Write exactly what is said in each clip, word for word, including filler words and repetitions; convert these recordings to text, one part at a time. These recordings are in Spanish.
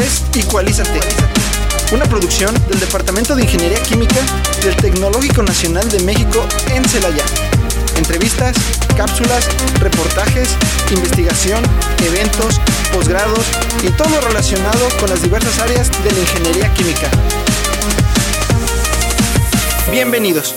es Igualízate, una producción del Departamento de Ingeniería Química del Tecnológico Nacional de México en Celaya. Entrevistas, cápsulas, reportajes, investigación, eventos, posgrados y todo lo relacionado con las diversas áreas de la ingeniería química. Bienvenidos.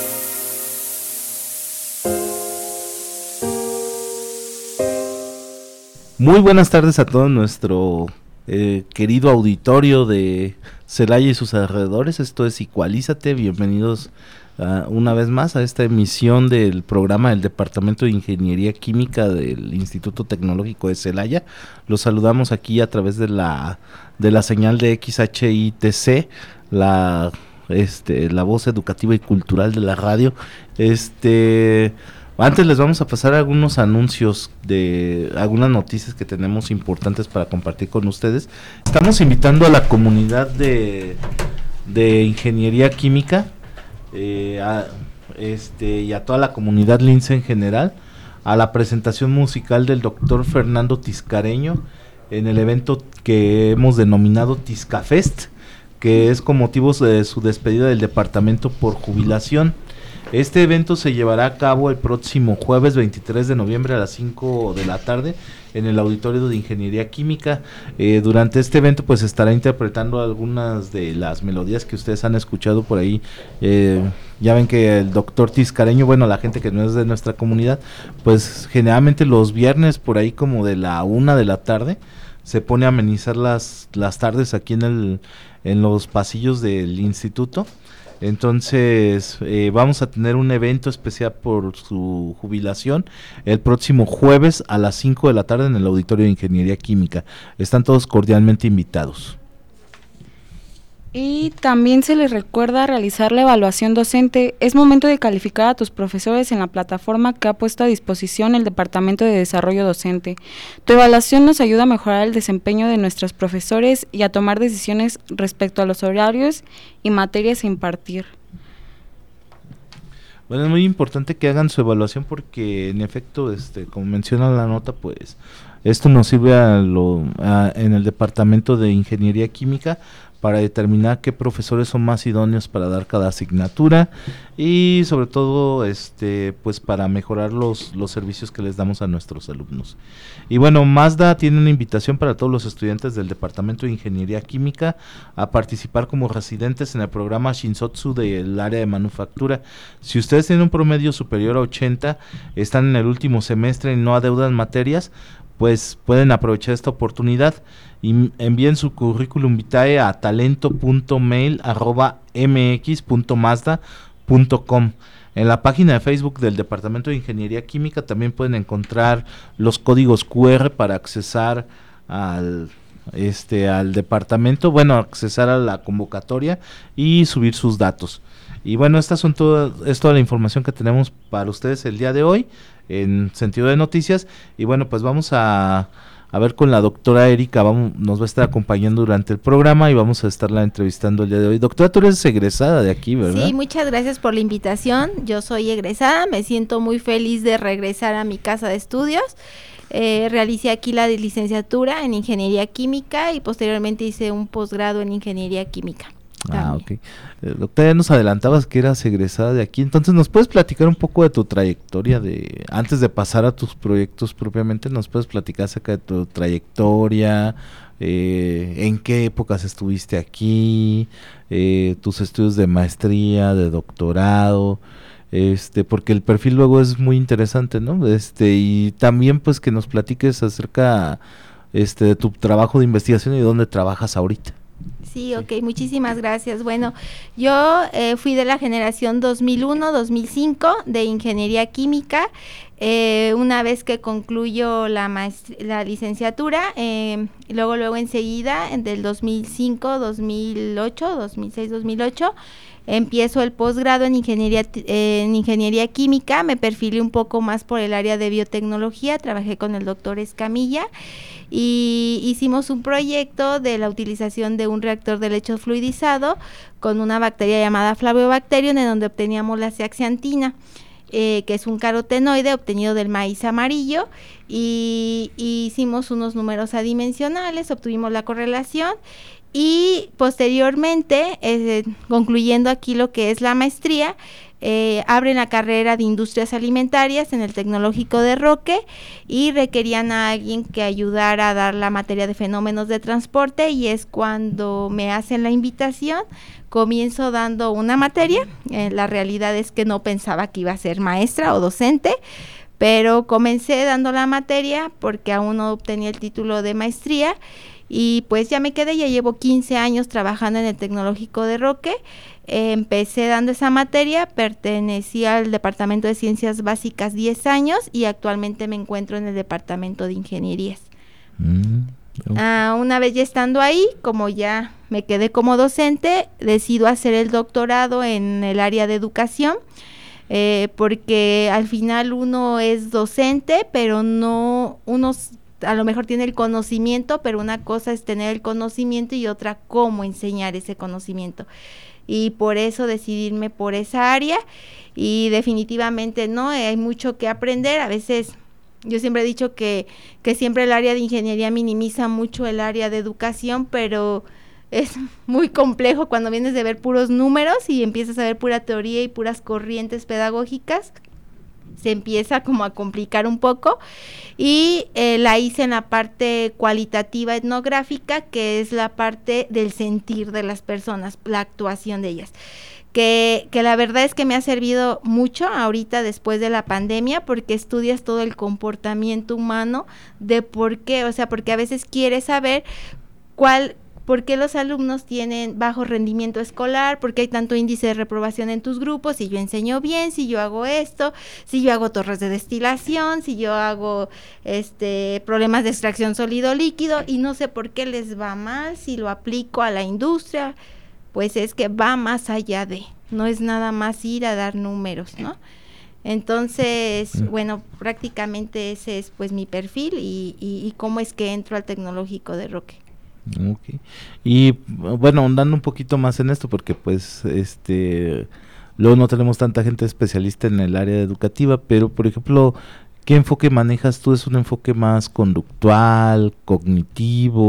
Muy buenas tardes a todo nuestro eh, querido auditorio de Celaya y sus alrededores. Esto es Igualízate. Bienvenidos uh, una vez más a esta emisión del programa del Departamento de Ingeniería Química del Instituto Tecnológico de Celaya. Los saludamos aquí a través de la de la señal de X H I T C, la este la voz educativa y cultural de la radio. Este Antes les vamos a pasar algunos anuncios de algunas noticias que tenemos importantes para compartir con ustedes. Estamos invitando a la comunidad de, de ingeniería química eh, a, este, y a toda la comunidad lince en general a la presentación musical del doctor Fernando Tiscareño en el evento que hemos denominado Tiscafest, que es con motivos de su despedida del departamento por jubilación. Este evento se llevará a cabo el próximo jueves veintitrés de noviembre a las cinco de la tarde en el Auditorio de Ingeniería Química. Eh, durante este evento pues estará interpretando algunas de las melodías que ustedes han escuchado por ahí. Eh, ya ven que el doctor Tiscareño, bueno, la gente que no es de nuestra comunidad, pues generalmente los viernes por ahí como de la una de la tarde se pone a amenizar las, las tardes aquí en, el, en los pasillos del instituto. Entonces eh, vamos a tener un evento especial por su jubilación el próximo jueves a las cinco de la tarde en el Auditorio de Ingeniería Química. Están todos cordialmente invitados. Y también se les recuerda realizar la evaluación docente. Es momento de calificar a tus profesores en la plataforma que ha puesto a disposición el Departamento de Desarrollo Docente. Tu evaluación nos ayuda a mejorar el desempeño de nuestros profesores y a tomar decisiones respecto a los horarios y materias a impartir. Bueno, es muy importante que hagan su evaluación porque en efecto, este, como menciona la nota, pues esto nos sirve a lo, a, en el Departamento de Ingeniería Química para determinar qué profesores son más idóneos para dar cada asignatura y sobre todo este pues para mejorar los, los servicios que les damos a nuestros alumnos. Y bueno, Mazda tiene una invitación para todos los estudiantes del Departamento de Ingeniería Química a participar como residentes en el programa Shinsotsu del área de manufactura. Si ustedes tienen un promedio superior a ochenta, están en el último semestre y no adeudan materias, pues pueden aprovechar esta oportunidad y envíen su currículum vitae a talento punto mail arroba m x punto mazda punto com. En la página de Facebook del Departamento de Ingeniería Química también pueden encontrar los códigos cu erre para accesar al este al departamento, bueno, accesar a la convocatoria y subir sus datos. Y bueno, estas son todas, es toda la información que tenemos para ustedes el día de hoy en sentido de noticias. Y bueno, pues vamos a, a ver con la doctora Erika, vamos, nos va a estar acompañando durante el programa y vamos a estarla entrevistando el día de hoy. Doctora, tú eres egresada de aquí, ¿verdad? Sí, muchas gracias por la invitación. Yo soy egresada, me siento muy feliz de regresar a mi casa de estudios. Eh, realicé aquí la licenciatura en Ingeniería Química y posteriormente hice un posgrado en Ingeniería Química. Ah, ok. Eh, doctora, ya nos adelantabas que eras egresada de aquí, entonces ¿nos puedes platicar un poco de tu trayectoria? De antes de pasar a tus proyectos propiamente, ¿nos puedes platicar acerca de tu trayectoria? Eh, ¿En qué épocas estuviste aquí? Eh, tus estudios de maestría, de doctorado, este, porque el perfil luego es muy interesante, ¿no? Este, y también pues que nos platiques acerca este, de tu trabajo de investigación y dónde trabajas ahorita. Sí, ok, muchísimas gracias. Bueno, yo eh, fui de la generación dos mil uno dos mil cinco de Ingeniería Química. Eh, una vez que concluyo la, maestr- la licenciatura, eh, luego luego enseguida, en del dos mil cinco dos mil ocho, dos mil seis dos mil ocho, empiezo el posgrado en ingeniería eh, en ingeniería química. Me perfilé un poco más por el área de biotecnología, trabajé con el doctor Escamilla y hicimos un proyecto de la utilización de un reactor de lecho fluidizado con una bacteria llamada Flaviobacterium, en donde obteníamos la zeaxantina. eh, que es un carotenoide obtenido del maíz amarillo, y, y hicimos unos números adimensionales, obtuvimos la correlación y posteriormente, eh, concluyendo aquí lo que es la maestría, eh, abren la carrera de Industrias Alimentarias en el Tecnológico de Roque y requerían a alguien que ayudara a dar la materia de fenómenos de transporte, y es cuando me hacen la invitación. Comienzo dando una materia, eh, la realidad es que no pensaba que iba a ser maestra o docente, pero comencé dando la materia porque aún no obtenía el título de maestría, y pues ya me quedé. Ya llevo quince años trabajando en el Tecnológico de Roque. Eh, empecé dando esa materia, pertenecí al Departamento de Ciencias Básicas diez años y actualmente me encuentro en el Departamento de Ingenierías. Mm, okay. Ah, una vez ya estando ahí, como ya me quedé como docente, decido hacer el doctorado en el área de educación, eh, porque al final uno es docente, pero no, uno a lo mejor tiene el conocimiento, pero una cosa es tener el conocimiento y otra cómo enseñar ese conocimiento. Y por eso decidirme por esa área, y definitivamente no, hay mucho que aprender. A veces yo siempre he dicho que, que siempre el área de ingeniería minimiza mucho el área de educación, pero es muy complejo cuando vienes de ver puros números y empiezas a ver pura teoría y puras corrientes pedagógicas. Se empieza como a complicar un poco, y eh, la hice en la parte cualitativa etnográfica, que es la parte del sentir de las personas, la actuación de ellas, que, que la verdad es que me ha servido mucho ahorita después de la pandemia, porque estudias todo el comportamiento humano de por qué, o sea, porque a veces quieres saber cuál, por qué los alumnos tienen bajo rendimiento escolar, por qué hay tanto índice de reprobación en tus grupos, si yo enseño bien, si yo hago esto, si yo hago torres de destilación, si yo hago este problemas de extracción sólido-líquido, y no sé por qué les va mal si lo aplico a la industria. Pues es que va más allá de, no es nada más ir a dar números, ¿no? Entonces, bueno, prácticamente ese es pues mi perfil y, y, y cómo es que entro al Tecnológico de Roque. Okay. Y bueno, ahondando un poquito más en esto, porque pues este luego no tenemos tanta gente especialista en el área educativa, pero por ejemplo, ¿qué enfoque manejas tú? ¿Es un enfoque más conductual, cognitivo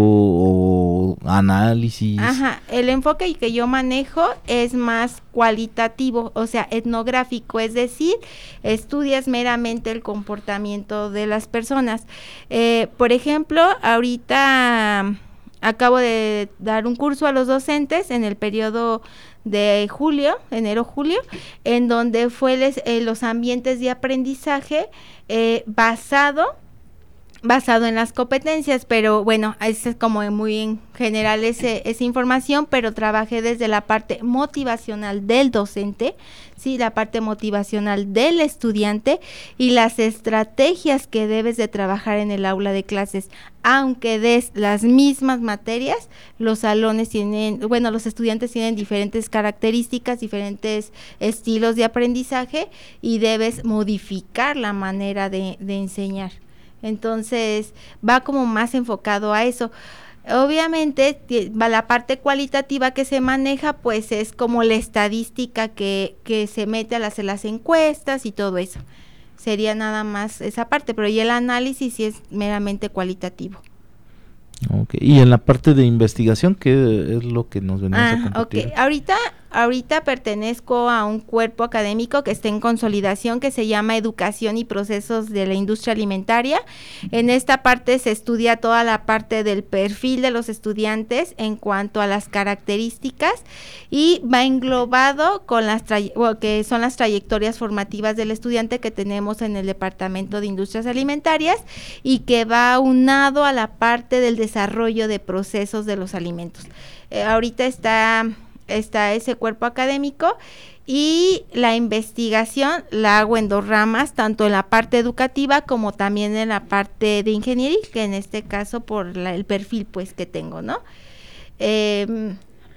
o análisis? Ajá, el enfoque que yo manejo es más cualitativo, o sea, etnográfico, es decir, estudias meramente el comportamiento de las personas. Eh, por ejemplo, ahorita acabo de dar un curso a los docentes en el periodo de julio, enero-julio, en donde fue les, eh, los ambientes de aprendizaje eh, basado basado en las competencias, pero bueno, es como muy en general ese, esa información, pero trabajé desde la parte motivacional del docente, sí, la parte motivacional del estudiante y las estrategias que debes de trabajar en el aula de clases. Aunque des las mismas materias, los salones tienen, bueno, los estudiantes tienen diferentes características, diferentes estilos de aprendizaje y debes modificar la manera de, de enseñar. Entonces va como más enfocado a eso. Obviamente va la parte cualitativa que se maneja, pues es como la estadística que, que se mete al hacer las encuestas y todo eso. Sería nada más esa parte, pero ya el análisis sí es meramente cualitativo. Okay. Y en la parte de investigación, ¿qué es lo que nos venimos ah, a compartir? Okay. Ahorita, ahorita pertenezco a un cuerpo académico que está en consolidación, que se llama Educación y Procesos de la Industria Alimentaria. En esta parte se estudia toda la parte del perfil de los estudiantes en cuanto a las características y va englobado con las tray- bueno, que son las trayectorias formativas del estudiante que tenemos en el Departamento de Industrias Alimentarias y que va aunado a la parte del desarrollo de procesos de los alimentos. Eh, ahorita está, está ese cuerpo académico y la investigación la hago en dos ramas, tanto en la parte educativa como también en la parte de ingeniería, que en este caso por la, el perfil pues que tengo, ¿no? Eh,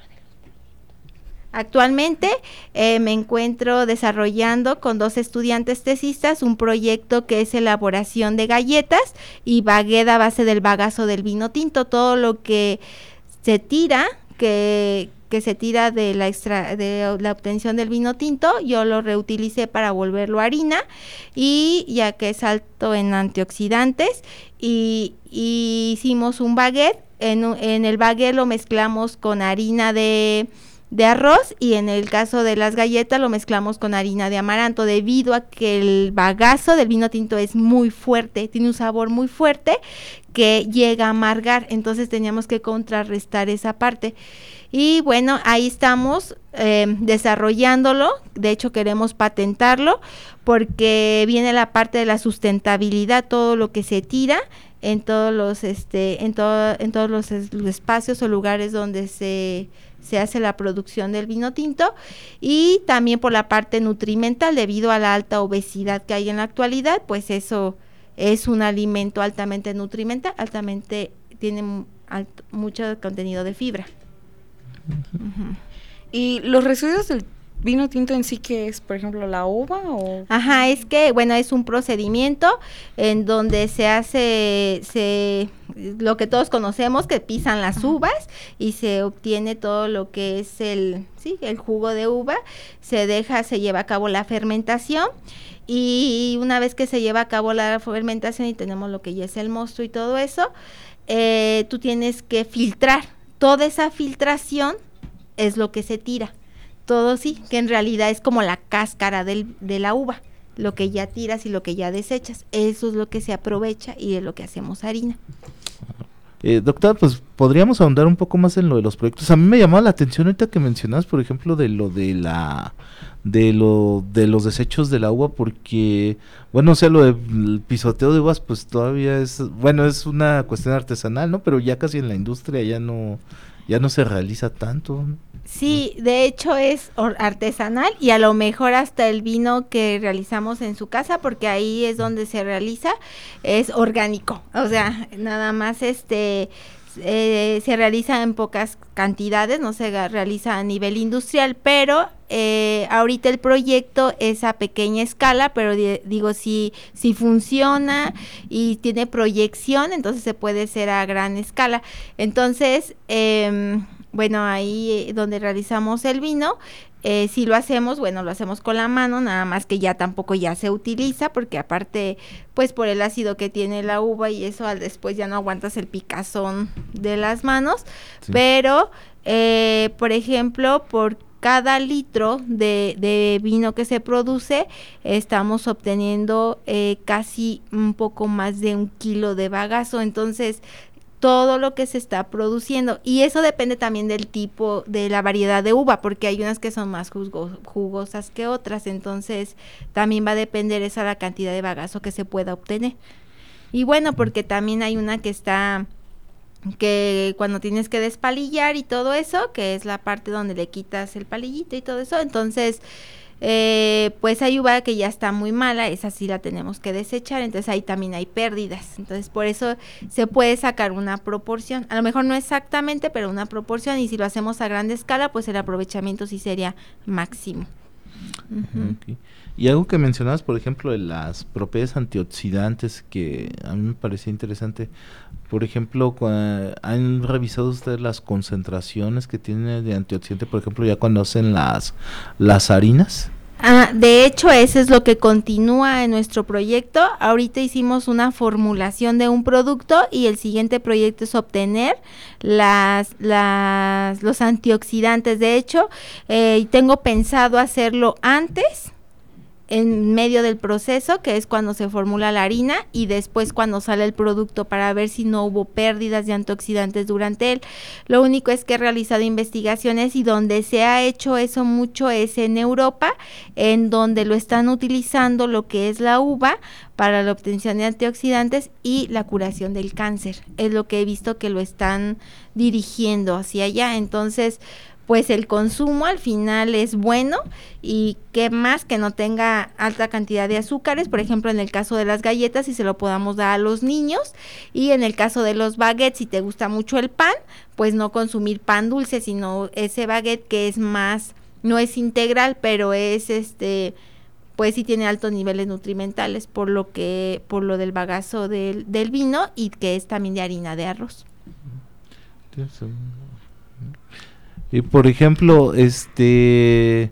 Actualmente eh, me encuentro desarrollando con dos estudiantes tesistas un proyecto que es elaboración de galletas y baguette a base del bagazo del vino tinto. Todo lo que se tira, que, que se tira de la, extra, de la obtención del vino tinto, yo lo reutilicé para volverlo harina y ya que es alto en antioxidantes y, y hicimos un baguette en, en el baguette lo mezclamos con harina de, de arroz y en el caso de las galletas lo mezclamos con harina de amaranto, debido a que el bagazo del vino tinto es muy fuerte, tiene un sabor muy fuerte que llega a amargar, entonces teníamos que contrarrestar esa parte. Y bueno, ahí estamos eh, desarrollándolo, de hecho queremos patentarlo, porque viene la parte de la sustentabilidad, todo lo que se tira en todos los este en todo en todos los, es, los espacios o lugares donde se se hace la producción del vino tinto, y también por la parte nutrimental, debido a la alta obesidad que hay en la actualidad, pues eso es un alimento altamente nutrimental, altamente tiene alto, mucho contenido de fibra. Uh-huh. ¿Y los residuos del vino tinto en sí qué es? Por ejemplo, la uva o... Ajá, es que, bueno, es un procedimiento en donde se hace, se lo que todos conocemos, que pisan las Ajá. uvas y se obtiene todo lo que es el, sí, el jugo de uva, se deja, se lleva a cabo la fermentación, y una vez que se lleva a cabo la fermentación y tenemos lo que ya es el mosto y todo eso, eh, tú tienes que filtrar. Toda esa filtración es lo que se tira. Todo sí, que en realidad es como la cáscara del, de la uva, lo que ya tiras y lo que ya desechas. Eso es lo que se aprovecha y es lo que hacemos harina. Eh, doctora, pues podríamos ahondar un poco más en lo de los proyectos. A mí me llamaba la atención ahorita que mencionabas, por ejemplo, de lo de la de lo de los desechos de la uva, porque bueno, o sea, lo del pisoteo de uvas pues todavía es, bueno, es una cuestión artesanal, ¿no? Pero ya casi en la industria ya no ya no se realiza tanto, ¿no? Sí, de hecho es artesanal, y a lo mejor hasta el vino que realizamos en su casa, porque ahí es donde se realiza, es orgánico, o sea, nada más este eh, se realiza en pocas cantidades, no se realiza a nivel industrial, pero eh, ahorita el proyecto es a pequeña escala, pero di- digo, si, si funciona y tiene proyección, entonces se puede hacer a gran escala. Entonces, eh, bueno, ahí eh, donde realizamos el vino, eh, si lo hacemos, bueno, lo hacemos con la mano, nada más que ya tampoco ya se utiliza, porque aparte, pues por el ácido que tiene la uva y eso, al después ya no aguantas el picazón de las manos, sí. Pero, eh, por ejemplo, por cada litro de, de vino que se produce, estamos obteniendo eh, casi un poco más de un kilo de bagazo, entonces todo lo que se está produciendo, y eso depende también del tipo, de la variedad de uva, porque hay unas que son más jugo, jugosas que otras, entonces también va a depender esa la cantidad de bagazo que se pueda obtener. Y bueno, porque también hay una que está, que cuando tienes que despalillar y todo eso, que es la parte donde le quitas el palillito y todo eso, entonces Eh, pues hay uva que ya está muy mala, esa sí la tenemos que desechar, entonces ahí también hay pérdidas, entonces por eso se puede sacar una proporción, a lo mejor no exactamente, pero una proporción, y si lo hacemos a gran escala, pues el aprovechamiento sí sería máximo. Uh-huh. Okay. Y algo que mencionabas, por ejemplo, de las propiedades antioxidantes, que a mí me parecía interesante, por ejemplo, cua- ¿han revisado ustedes las concentraciones que tiene de antioxidante, por ejemplo, ya cuando hacen las, las harinas? Ah, de hecho, eso es lo que continúa en nuestro proyecto. Ahorita hicimos una formulación de un producto y el siguiente proyecto es obtener las, las, los antioxidantes. De hecho, eh, tengo pensado hacerlo antes, en medio del proceso, que es cuando se formula la harina, y después cuando sale el producto, para ver si no hubo pérdidas de antioxidantes durante él. Lo único es que he realizado investigaciones, y donde se ha hecho eso mucho es en Europa, en donde lo están utilizando lo que es la uva para la obtención de antioxidantes y la curación del cáncer. Es lo que he visto que lo están dirigiendo hacia allá. Entonces, pues el consumo al final es bueno, y qué más que no tenga alta cantidad de azúcares, por ejemplo en el caso de las galletas, si se lo podamos dar a los niños, y en el caso de los baguettes, si te gusta mucho el pan, pues no consumir pan dulce, sino ese baguette que es más, no es integral, pero es este, pues sí tiene altos niveles nutrimentales, por lo que, por lo del bagazo del, del vino, y que es también de harina de arroz. Y por ejemplo, este,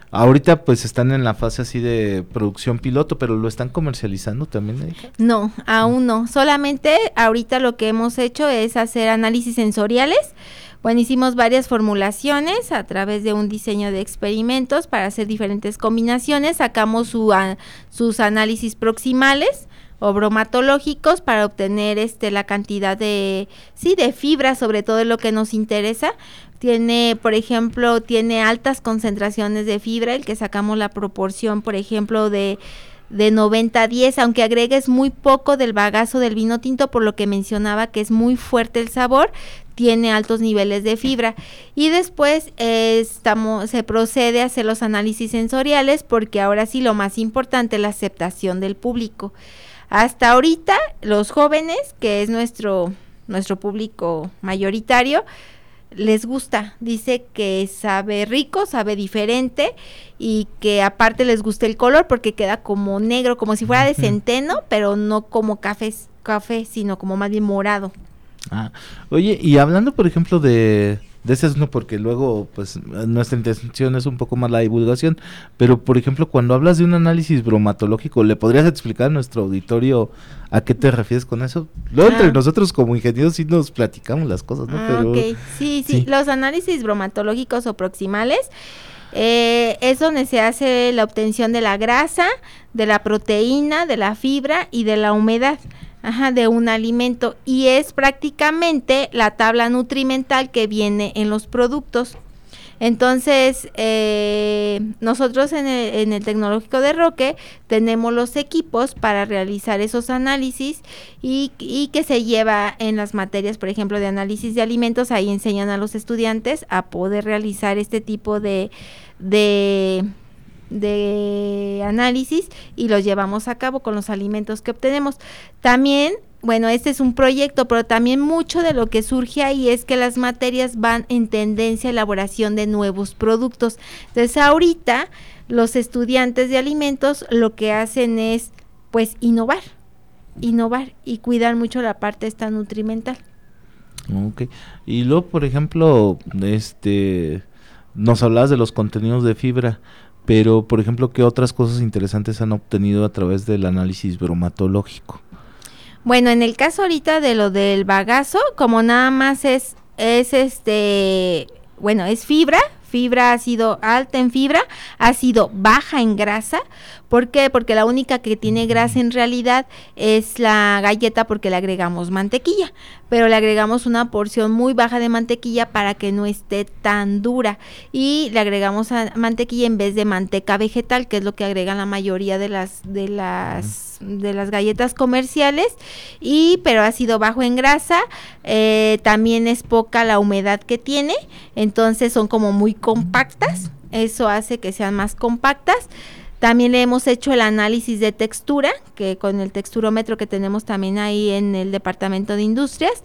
ahorita pues están en la fase así de producción piloto, pero ¿lo están comercializando también, Erika? No, aún no. Solamente ahorita lo que hemos hecho es hacer análisis sensoriales. Bueno, hicimos varias formulaciones a través de un diseño de experimentos para hacer diferentes combinaciones. Sacamos su, a, sus análisis proximales o bromatológicos para obtener este la cantidad de sí de fibra, sobre todo es lo que nos interesa. Tiene, por ejemplo, tiene altas concentraciones de fibra, el que sacamos la proporción, por ejemplo, de de noventa a diez, aunque agregues muy poco del bagazo del vino tinto, por lo que mencionaba que es muy fuerte el sabor, tiene altos niveles de fibra. Y después eh, estamos, se procede a hacer los análisis sensoriales, porque ahora sí lo más importante es la aceptación del público. Hasta ahorita, los jóvenes, que es nuestro, nuestro público mayoritario, les gusta, dice que sabe rico, sabe diferente y que aparte les gusta el color porque queda como negro, como si fuera de centeno, pero no como café, café, sino como más bien morado. Ah, oye, y hablando por ejemplo de, de ese asunto, porque luego pues nuestra intención es un poco más la divulgación, pero por ejemplo cuando hablas de un análisis bromatológico, ¿le podrías explicar a nuestro auditorio a qué te refieres con eso? Luego ah. entre nosotros como ingenieros sí nos platicamos las cosas, ¿no? Ah, pero, ok, sí, sí, sí, los análisis bromatológicos o proximales eh, es donde se hace la obtención de la grasa, de la proteína, de la fibra y de la humedad. Ajá, de un alimento, y es prácticamente la tabla nutrimental que viene en los productos. Entonces, eh, nosotros en el, en el Tecnológico de Roque tenemos los equipos para realizar esos análisis y, y que se lleva en las materias, por ejemplo, de análisis de alimentos, ahí enseñan a los estudiantes a poder realizar este tipo de... de de análisis y los llevamos a cabo con los alimentos que obtenemos. También, bueno, este es un proyecto, pero también mucho de lo que surge ahí es que las materias van en tendencia a elaboración de nuevos productos. Entonces, ahorita los estudiantes de alimentos lo que hacen es, pues, innovar, innovar y cuidar mucho la parte esta nutrimental. Ok, y luego, por ejemplo, este, nos hablabas de los contenidos de fibra, pero, por ejemplo, ¿qué otras cosas interesantes han obtenido a través del análisis bromatológico? Bueno, en el caso ahorita de lo del bagazo, como nada más es, es este, bueno, es fibra, fibra ha sido alta en fibra, ha sido baja en grasa. ¿Por qué? Porque la única que tiene grasa en realidad es la galleta, porque le agregamos mantequilla, pero le agregamos una porción muy baja de mantequilla para que no esté tan dura, y le agregamos a mantequilla en vez de manteca vegetal, que es lo que agregan la mayoría de las de las de las galletas comerciales, y pero ha sido bajo en grasa. Eh, también es poca la humedad que tiene, entonces son como muy compactas, eso hace que sean más compactas. También le hemos hecho el análisis de textura, que con el texturómetro que tenemos también ahí en el Departamento de Industrias,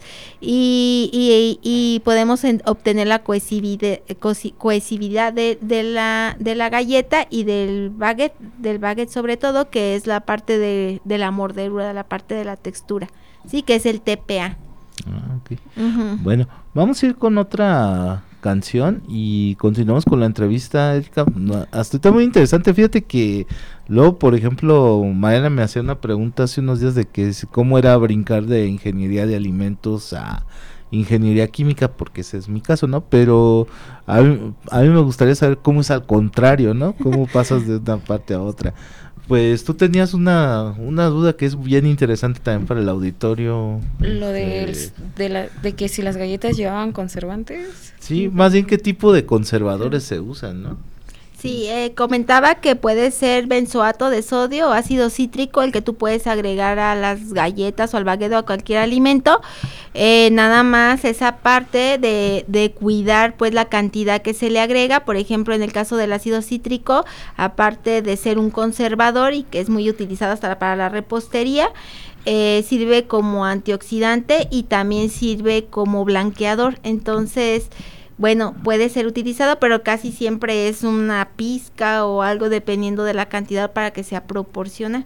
y, y, y podemos en, obtener la cohesividad, cohesividad de, de, la, de la galleta y del baguette, del baguette sobre todo, que es la parte de, de la mordedura, la parte de la textura, sí, que es el T P A. Ah, okay. Uh-huh. Bueno, vamos a ir con otra canción y continuamos con la entrevista, Erika. Hasta está muy interesante. Fíjate que luego, por ejemplo, Mariana me hacía una pregunta hace unos días de que cómo era brincar de ingeniería de alimentos a ingeniería química, porque ese es mi caso, ¿no? Pero a mí, a mí me gustaría saber cómo es al contrario, ¿no? Cómo pasas de una parte a otra. Pues tú tenías una, una duda que es bien interesante también para el auditorio. Lo de, eh, de, la, de que si las galletas llevaban conservantes. Sí, más bien qué tipo de conservadores se usan, ¿no? Sí, eh, comentaba que puede ser benzoato de sodio o ácido cítrico el que tú puedes agregar a las galletas o al baguette o a cualquier alimento. Eh, nada más esa parte de, de cuidar pues la cantidad que se le agrega. Por ejemplo, en el caso del ácido cítrico, aparte de ser un conservador y que es muy utilizado hasta para la repostería, eh, sirve como antioxidante y también sirve como blanqueador. Entonces, bueno, puede ser utilizado, pero casi siempre es una pizca o algo dependiendo de la cantidad para que sea proporcional.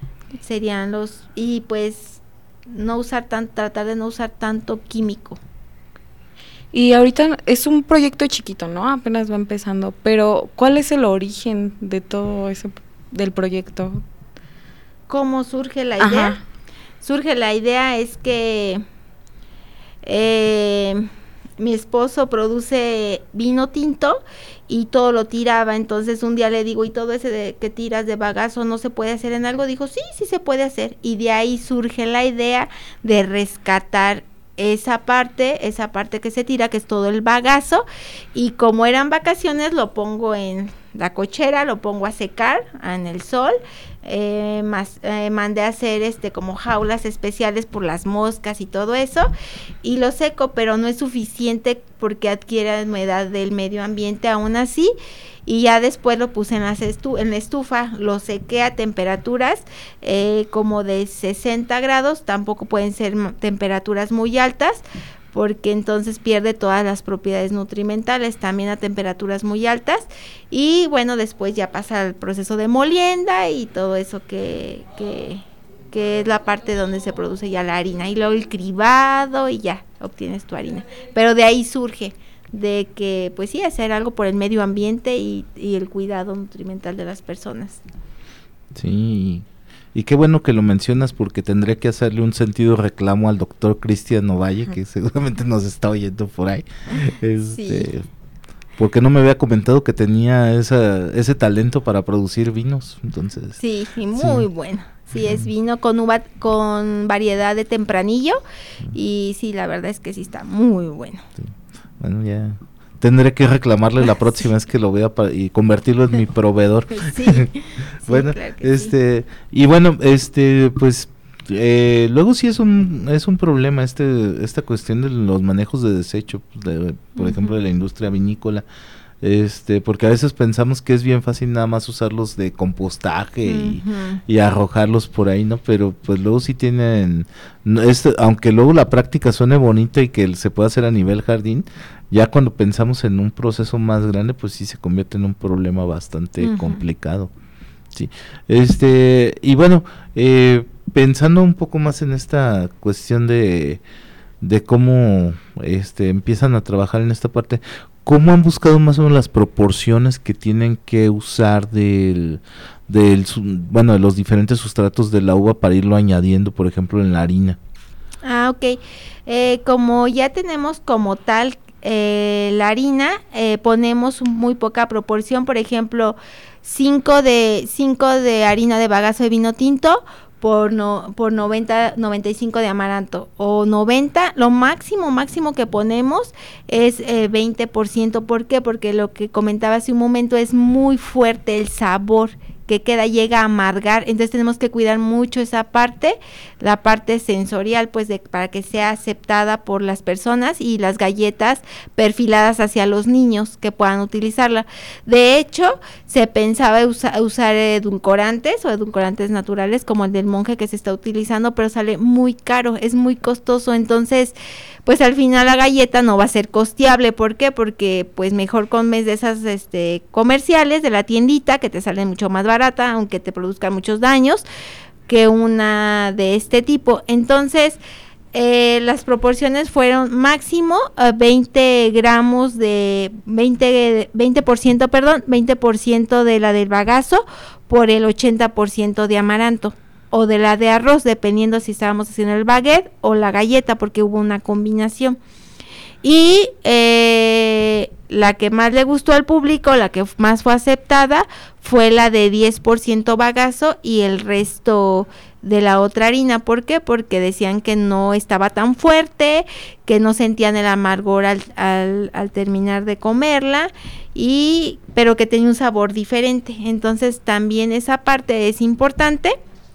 Serían los, y pues no usar tan, tratar de no usar tanto químico. Y ahorita es un proyecto chiquito, ¿no? Apenas va empezando, pero ¿cuál es el origen de todo ese, del proyecto? ¿Cómo surge la idea? Ajá. Surge la idea es que eh, mi esposo produce vino tinto y todo lo tiraba, entonces un día le digo, ¿y todo ese de que tiras de bagazo no se puede hacer en algo? Dijo, sí, sí se puede hacer, y de ahí surge la idea de rescatar esa parte, esa parte que se tira, que es todo el bagazo, y como eran vacaciones lo pongo en la cochera, lo pongo a secar en el sol, eh, más, eh, mandé a hacer este como jaulas especiales por las moscas y todo eso, y lo seco, pero no es suficiente porque adquiere humedad del medio ambiente aún así, y ya después lo puse en, las estu en la estufa, lo sequé a temperaturas eh, como de sesenta grados, tampoco pueden ser temperaturas muy altas, porque entonces pierde todas las propiedades nutrimentales, también a temperaturas muy altas, y bueno, después ya pasa el proceso de molienda y todo eso que, que, que es la parte donde se produce ya la harina, y luego el cribado y ya obtienes tu harina, pero de ahí surge de que pues sí, hacer algo por el medio ambiente y, y el cuidado nutrimental de las personas. Sí, y qué bueno que lo mencionas, porque tendría que hacerle un sentido reclamo al doctor Cristian Ovalle, que seguramente nos está oyendo por ahí, este, sí. Porque no me había comentado que tenía esa, ese talento para producir vinos, entonces. Sí, y muy sí. bueno. Sí, es vino con uva, con variedad de tempranillo, y sí, la verdad es que sí está muy bueno. Sí. Bueno, ya tendré que reclamarle la próxima vez que lo vea para, y convertirlo en mi proveedor. Sí, bueno, sí, claro que este, sí. Y bueno, este, pues, eh, luego sí es un, es un problema este, esta cuestión de los manejos de desecho, de, por uh-huh. ejemplo, de la industria vinícola. Este, porque a veces pensamos que es bien fácil nada más usarlos de compostaje uh-huh. y, y arrojarlos por ahí, ¿no? Pero pues luego sí tienen, este, aunque luego la práctica suene bonita y que se pueda hacer a nivel jardín, ya cuando pensamos en un proceso más grande, pues sí se convierte en un problema bastante uh-huh. complicado. Sí, este, y bueno, eh, pensando un poco más en esta cuestión de, de cómo este empiezan a trabajar en esta parte, ¿cómo han buscado más o menos las proporciones que tienen que usar del, del bueno, de los diferentes sustratos de la uva para irlo añadiendo, por ejemplo, en la harina? Ah, ok. Eh, como ya tenemos como tal eh, la harina, eh, ponemos muy poca proporción, por ejemplo, cinco de cinco de harina de bagazo de vino tinto por no por noventa, noventa y cinco de amaranto, o noventa, lo máximo máximo que ponemos es eh, veinte por ciento. ¿Por qué? Porque lo que comentaba hace un momento, es muy fuerte el sabor que queda, llega a amargar, entonces tenemos que cuidar mucho esa parte, la parte sensorial, pues de, para que sea aceptada por las personas, y las galletas perfiladas hacia los niños que puedan utilizarla. De hecho, se pensaba usa, usar edulcorantes o edulcorantes naturales como el del monje que se está utilizando, pero sale muy caro, es muy costoso, entonces pues al final la galleta no va a ser costeable. ¿Por qué? Porque pues mejor comes de esas este comerciales de la tiendita, que te salen mucho más barata, aunque te produzcan muchos daños, que una de este tipo. Entonces eh, las proporciones fueron máximo uh, veinte gramos de veinte, veinte por ciento, perdón, veinte por ciento de la del bagazo por el ochenta por ciento de amaranto, o de la de arroz, dependiendo si estábamos haciendo el baguette o la galleta, porque hubo una combinación. Y eh, la que más le gustó al público, la que más fue aceptada, fue la de diez por ciento bagazo y el resto de la otra harina. ¿Por qué? Porque decían que no estaba tan fuerte, que no sentían el amargor al, al, al terminar de comerla, y pero que tenía un sabor diferente. Entonces también esa parte es importante.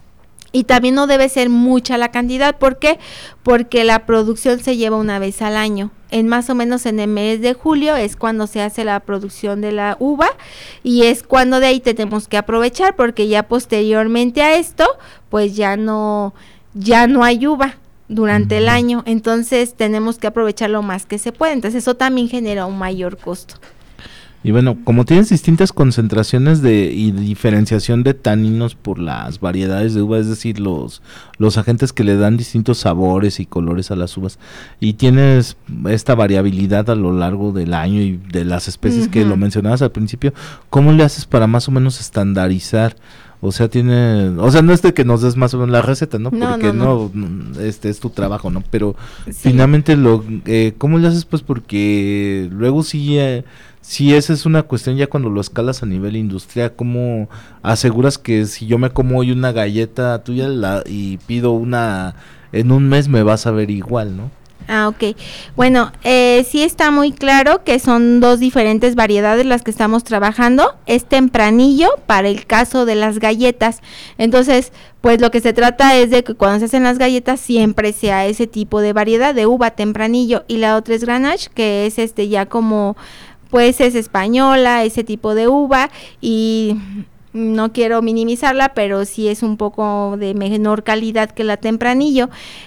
Y también no debe ser mucha la cantidad. ¿Por qué? Porque la producción se lleva una vez al año. En más o menos en el mes de julio es cuando se hace la producción de la uva, y es cuando de ahí tenemos que aprovechar, porque ya posteriormente a esto, pues ya no, ya no hay uva durante el año. Entonces tenemos que aprovechar lo más que se puede. Entonces eso también genera un mayor costo. Y bueno, como tienes distintas concentraciones de y diferenciación de taninos por las variedades de uva, es decir, los los agentes que le dan distintos sabores y colores a las uvas, y tienes esta variabilidad a lo largo del año y de las especies uh-huh. que lo mencionabas al principio, ¿cómo le haces para más o menos estandarizar? O sea, tiene, o sea, no es de que nos des más o menos la receta, ¿no? no Porque no, no, no, este es tu trabajo, ¿no? Pero sí. finalmente, lo, eh, ¿cómo le haces? Pues porque luego sí, eh, sí esa es una cuestión ya cuando lo escalas a nivel industrial, ¿cómo aseguras que si yo me como hoy una galleta tuya la, y pido una, en un mes me vas a ver igual, ¿no? Ah, ok. Bueno, eh, sí está muy claro que son dos diferentes variedades las que estamos trabajando. Es tempranillo para el caso de las galletas. Entonces, pues lo que se trata es de que cuando se hacen las galletas siempre sea ese tipo de variedad de uva tempranillo. Y la otra es Grenache, que es este ya como, pues es española, ese tipo de uva, y no quiero minimizarla, pero sí es un poco de menor calidad que la tempranillo.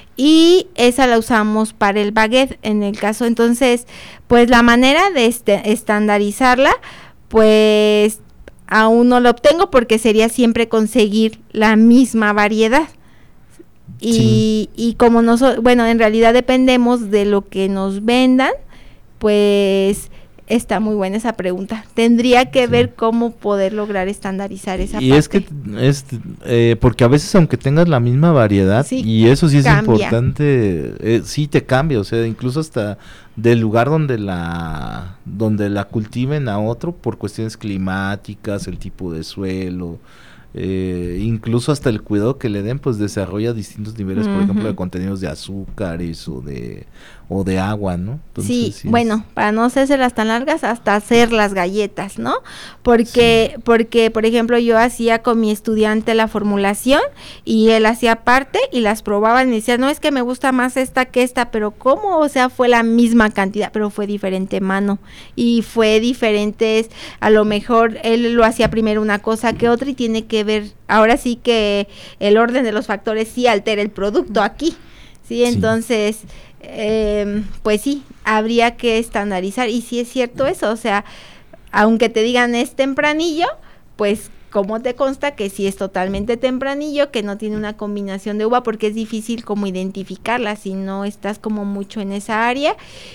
Y esa la usamos para el baguette en el caso. Entonces, pues la manera de este, estandarizarla, pues aún no lo obtengo porque sería siempre conseguir la misma variedad. Y, sí. y como nosotros, bueno, en realidad dependemos de lo que nos vendan, pues está muy buena esa pregunta. Tendría que sí. ver cómo poder lograr estandarizar esa y parte. Y es que, es, eh, porque a veces aunque tengas la misma variedad, sí, y eso sí es cambia. importante, eh, sí te cambia, o sea, incluso hasta del lugar donde la donde la cultiven a otro, por cuestiones climáticas, el tipo de suelo, eh, incluso hasta el cuidado que le den, pues desarrolla distintos niveles, uh-huh. por ejemplo, de contenidos de azúcares o de o de agua, ¿no? Entonces, sí, sí bueno, es... para no hacerlas tan largas, hasta hacer las galletas, ¿no? Porque, sí. porque, por ejemplo, yo hacía con mi estudiante la formulación y él hacía parte y las probaba y decía, no, es que me gusta más esta que esta, pero ¿cómo? O sea, fue la misma cantidad, pero fue diferente mano y fue diferentes, a lo mejor él lo hacía primero una cosa que otra y tiene que ver, ahora sí que el orden de los factores sí altera el producto aquí, ¿sí? Entonces... Sí. Eh, pues sí, habría que estandarizar y sí es cierto eso, o sea, aunque te digan es tempranillo, pues ¿cómo te consta que sí es totalmente tempranillo, que no tiene una combinación de uva? Porque es difícil como identificarla si no estás como mucho en esa área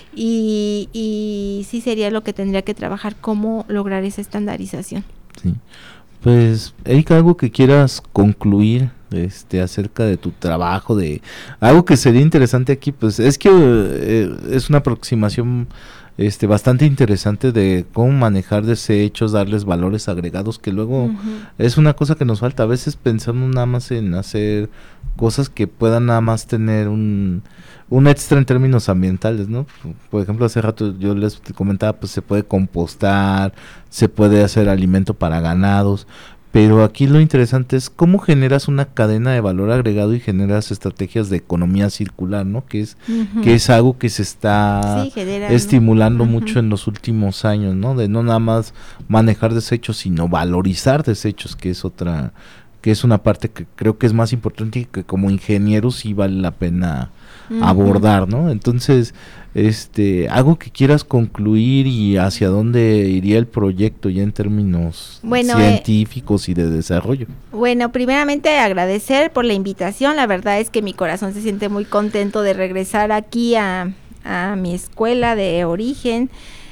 y, y sí sería lo que tendría que trabajar, cómo lograr esa estandarización. Sí, pues Erika, algo que quieras concluir este acerca de tu trabajo, de algo que sería interesante aquí, pues es que eh, es una aproximación este bastante interesante de cómo manejar desechos, darles valores agregados, que luego uh-huh. es una cosa que nos falta. A veces pensamos nada más en hacer cosas que puedan nada más tener un un extra en términos ambientales, ¿no? Por ejemplo, hace rato yo les comentaba, pues se puede compostar, se puede hacer alimento para ganados, pero aquí lo interesante es cómo generas una cadena de valor agregado y generas estrategias de economía circular, ¿no? Que es uh-huh. que es algo que se está sí, genera, estimulando ¿no? mucho uh-huh. en los últimos años, ¿no? De no nada más manejar desechos, sino valorizar desechos, que es otra, que es una parte que creo que es más importante y que como ingenieros sí vale la pena uh-huh. abordar, ¿no? Entonces, este, algo que quieras concluir y hacia dónde iría el proyecto ya en términos bueno, científicos eh, y de desarrollo. Bueno, primeramente agradecer por la invitación, la verdad es que mi corazón se siente muy contento de regresar aquí a, a mi escuela de origen.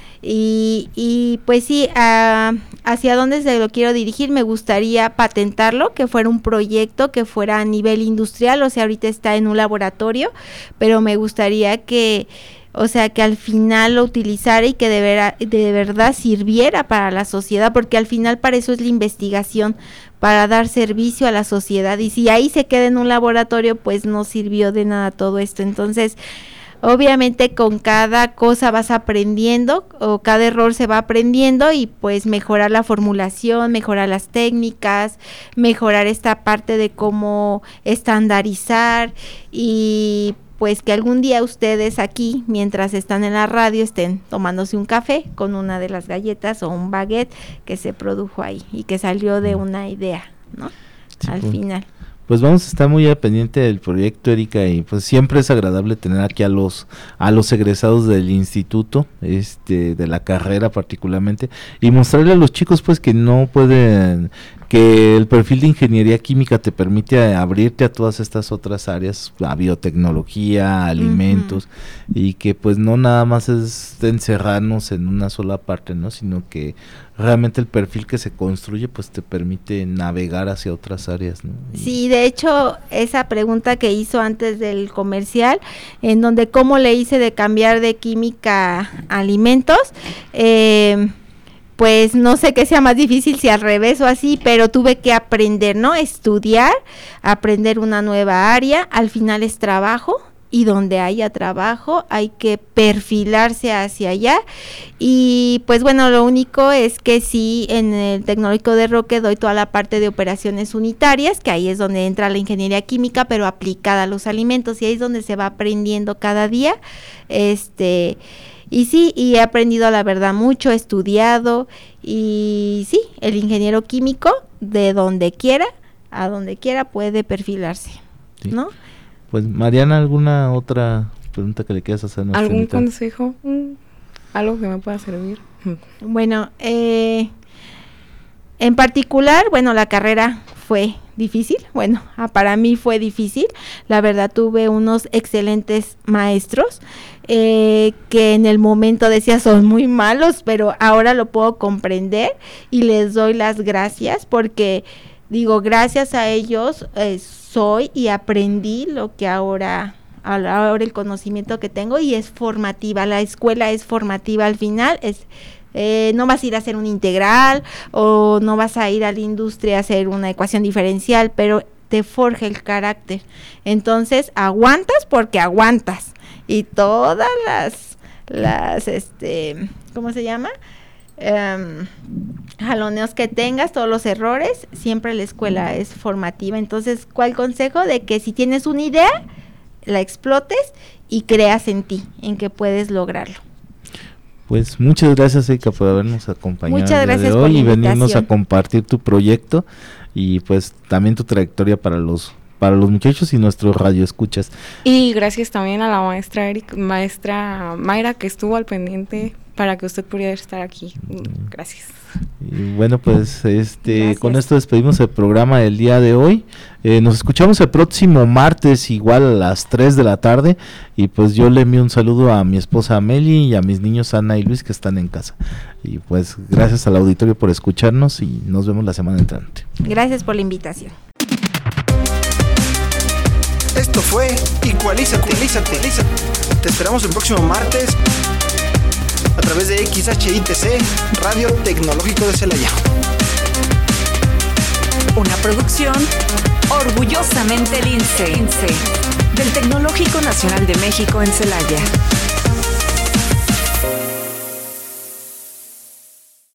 Y, y pues sí, uh, hacia dónde se lo quiero dirigir, me gustaría patentarlo, que fuera un proyecto que fuera a nivel industrial, o sea, ahorita está en un laboratorio, pero me gustaría que, o sea, que al final lo utilizara y que de, vera, de verdad sirviera para la sociedad, porque al final para eso es la investigación, para dar servicio a la sociedad, y si ahí se queda en un laboratorio, pues no sirvió de nada todo esto. Entonces, obviamente con cada cosa vas aprendiendo o cada error se va aprendiendo y pues mejorar la formulación, mejorar las técnicas, mejorar esta parte de cómo estandarizar y pues que algún día ustedes aquí, mientras están en la radio, estén tomándose un café con una de las galletas o un baguette que se produjo ahí y que salió de una idea, ¿no? Sí, al pues. final. pues vamos a estar muy al pendiente del proyecto, Erika, y pues siempre es agradable tener aquí a los a los egresados del instituto, este de la carrera particularmente, y mostrarle a los chicos pues que no pueden, que el perfil de ingeniería química te permite abrirte a todas estas otras áreas, a biotecnología, alimentos, uh-huh. y que pues no nada más es encerrarnos en una sola parte, ¿no? Sino que realmente el perfil que se construye pues te permite navegar hacia otras áreas, ¿no? Sí, de hecho, esa pregunta que hizo antes del comercial, en donde cómo le hice de cambiar de química a alimentos, eh, pues no sé qué sea más difícil, si al revés o así, pero tuve que aprender, ¿no? Estudiar, aprender una nueva área, al final es trabajo, y donde haya trabajo hay que perfilarse hacia allá, y pues bueno, lo único es que sí, en el Tecnológico de Roque doy toda la parte de operaciones unitarias, que ahí es donde entra la ingeniería química, pero aplicada a los alimentos, y ahí es donde se va aprendiendo cada día, este... Y sí, y he aprendido la verdad mucho, he estudiado, y sí, el ingeniero químico de donde quiera, a donde quiera puede perfilarse, sí. ¿No? Pues Mariana, ¿alguna otra pregunta que le quieras hacer a nuestra ¿Algún invitada? consejo? ¿Algo que me pueda servir? Bueno, eh, en particular, bueno, la carrera fue difícil, bueno, para mí fue difícil, la verdad tuve unos excelentes maestros, eh, que en el momento decía son muy malos, pero ahora lo puedo comprender y les doy las gracias, porque digo, gracias a ellos eh, soy y aprendí lo que ahora, ahora el conocimiento que tengo, y es formativa, la escuela es formativa al final, es Eh, no vas a ir a hacer un integral o no vas a ir a la industria a hacer una ecuación diferencial, pero te forja el carácter. Entonces aguantas porque aguantas, y todas las las este ¿cómo se llama? Um, jaloneos que tengas, todos los errores, siempre la escuela es formativa. Entonces, ¿cuál consejo? De que si tienes una idea, la explotes y creas en ti, en que puedes lograrlo. Pues muchas gracias, Erika, por habernos acompañado muchas el día gracias de hoy por la y venirnos a invitación. compartir tu proyecto y pues también tu trayectoria para los para los muchachos y nuestros radioescuchas. Y gracias también a la maestra Eric, maestra Mayra, que estuvo al pendiente para que usted pudiera estar aquí. Gracias. Y bueno, pues este Gracias. Con esto despedimos el programa del día de hoy. Eh, nos escuchamos el próximo martes igual a las tres de la tarde, y pues yo le envío un saludo a mi esposa Amelie y a mis niños Ana y Luis, que están en casa. Y pues gracias al auditorio por escucharnos y nos vemos la semana entrante. Gracias por la invitación. Esto fue Igualízate, Igualízate, Igualízate. Te esperamos el próximo martes a través de X H I T C, Radio Tecnológico de Celaya. Una producción orgullosamente lince, del Tecnológico Nacional de México en Celaya.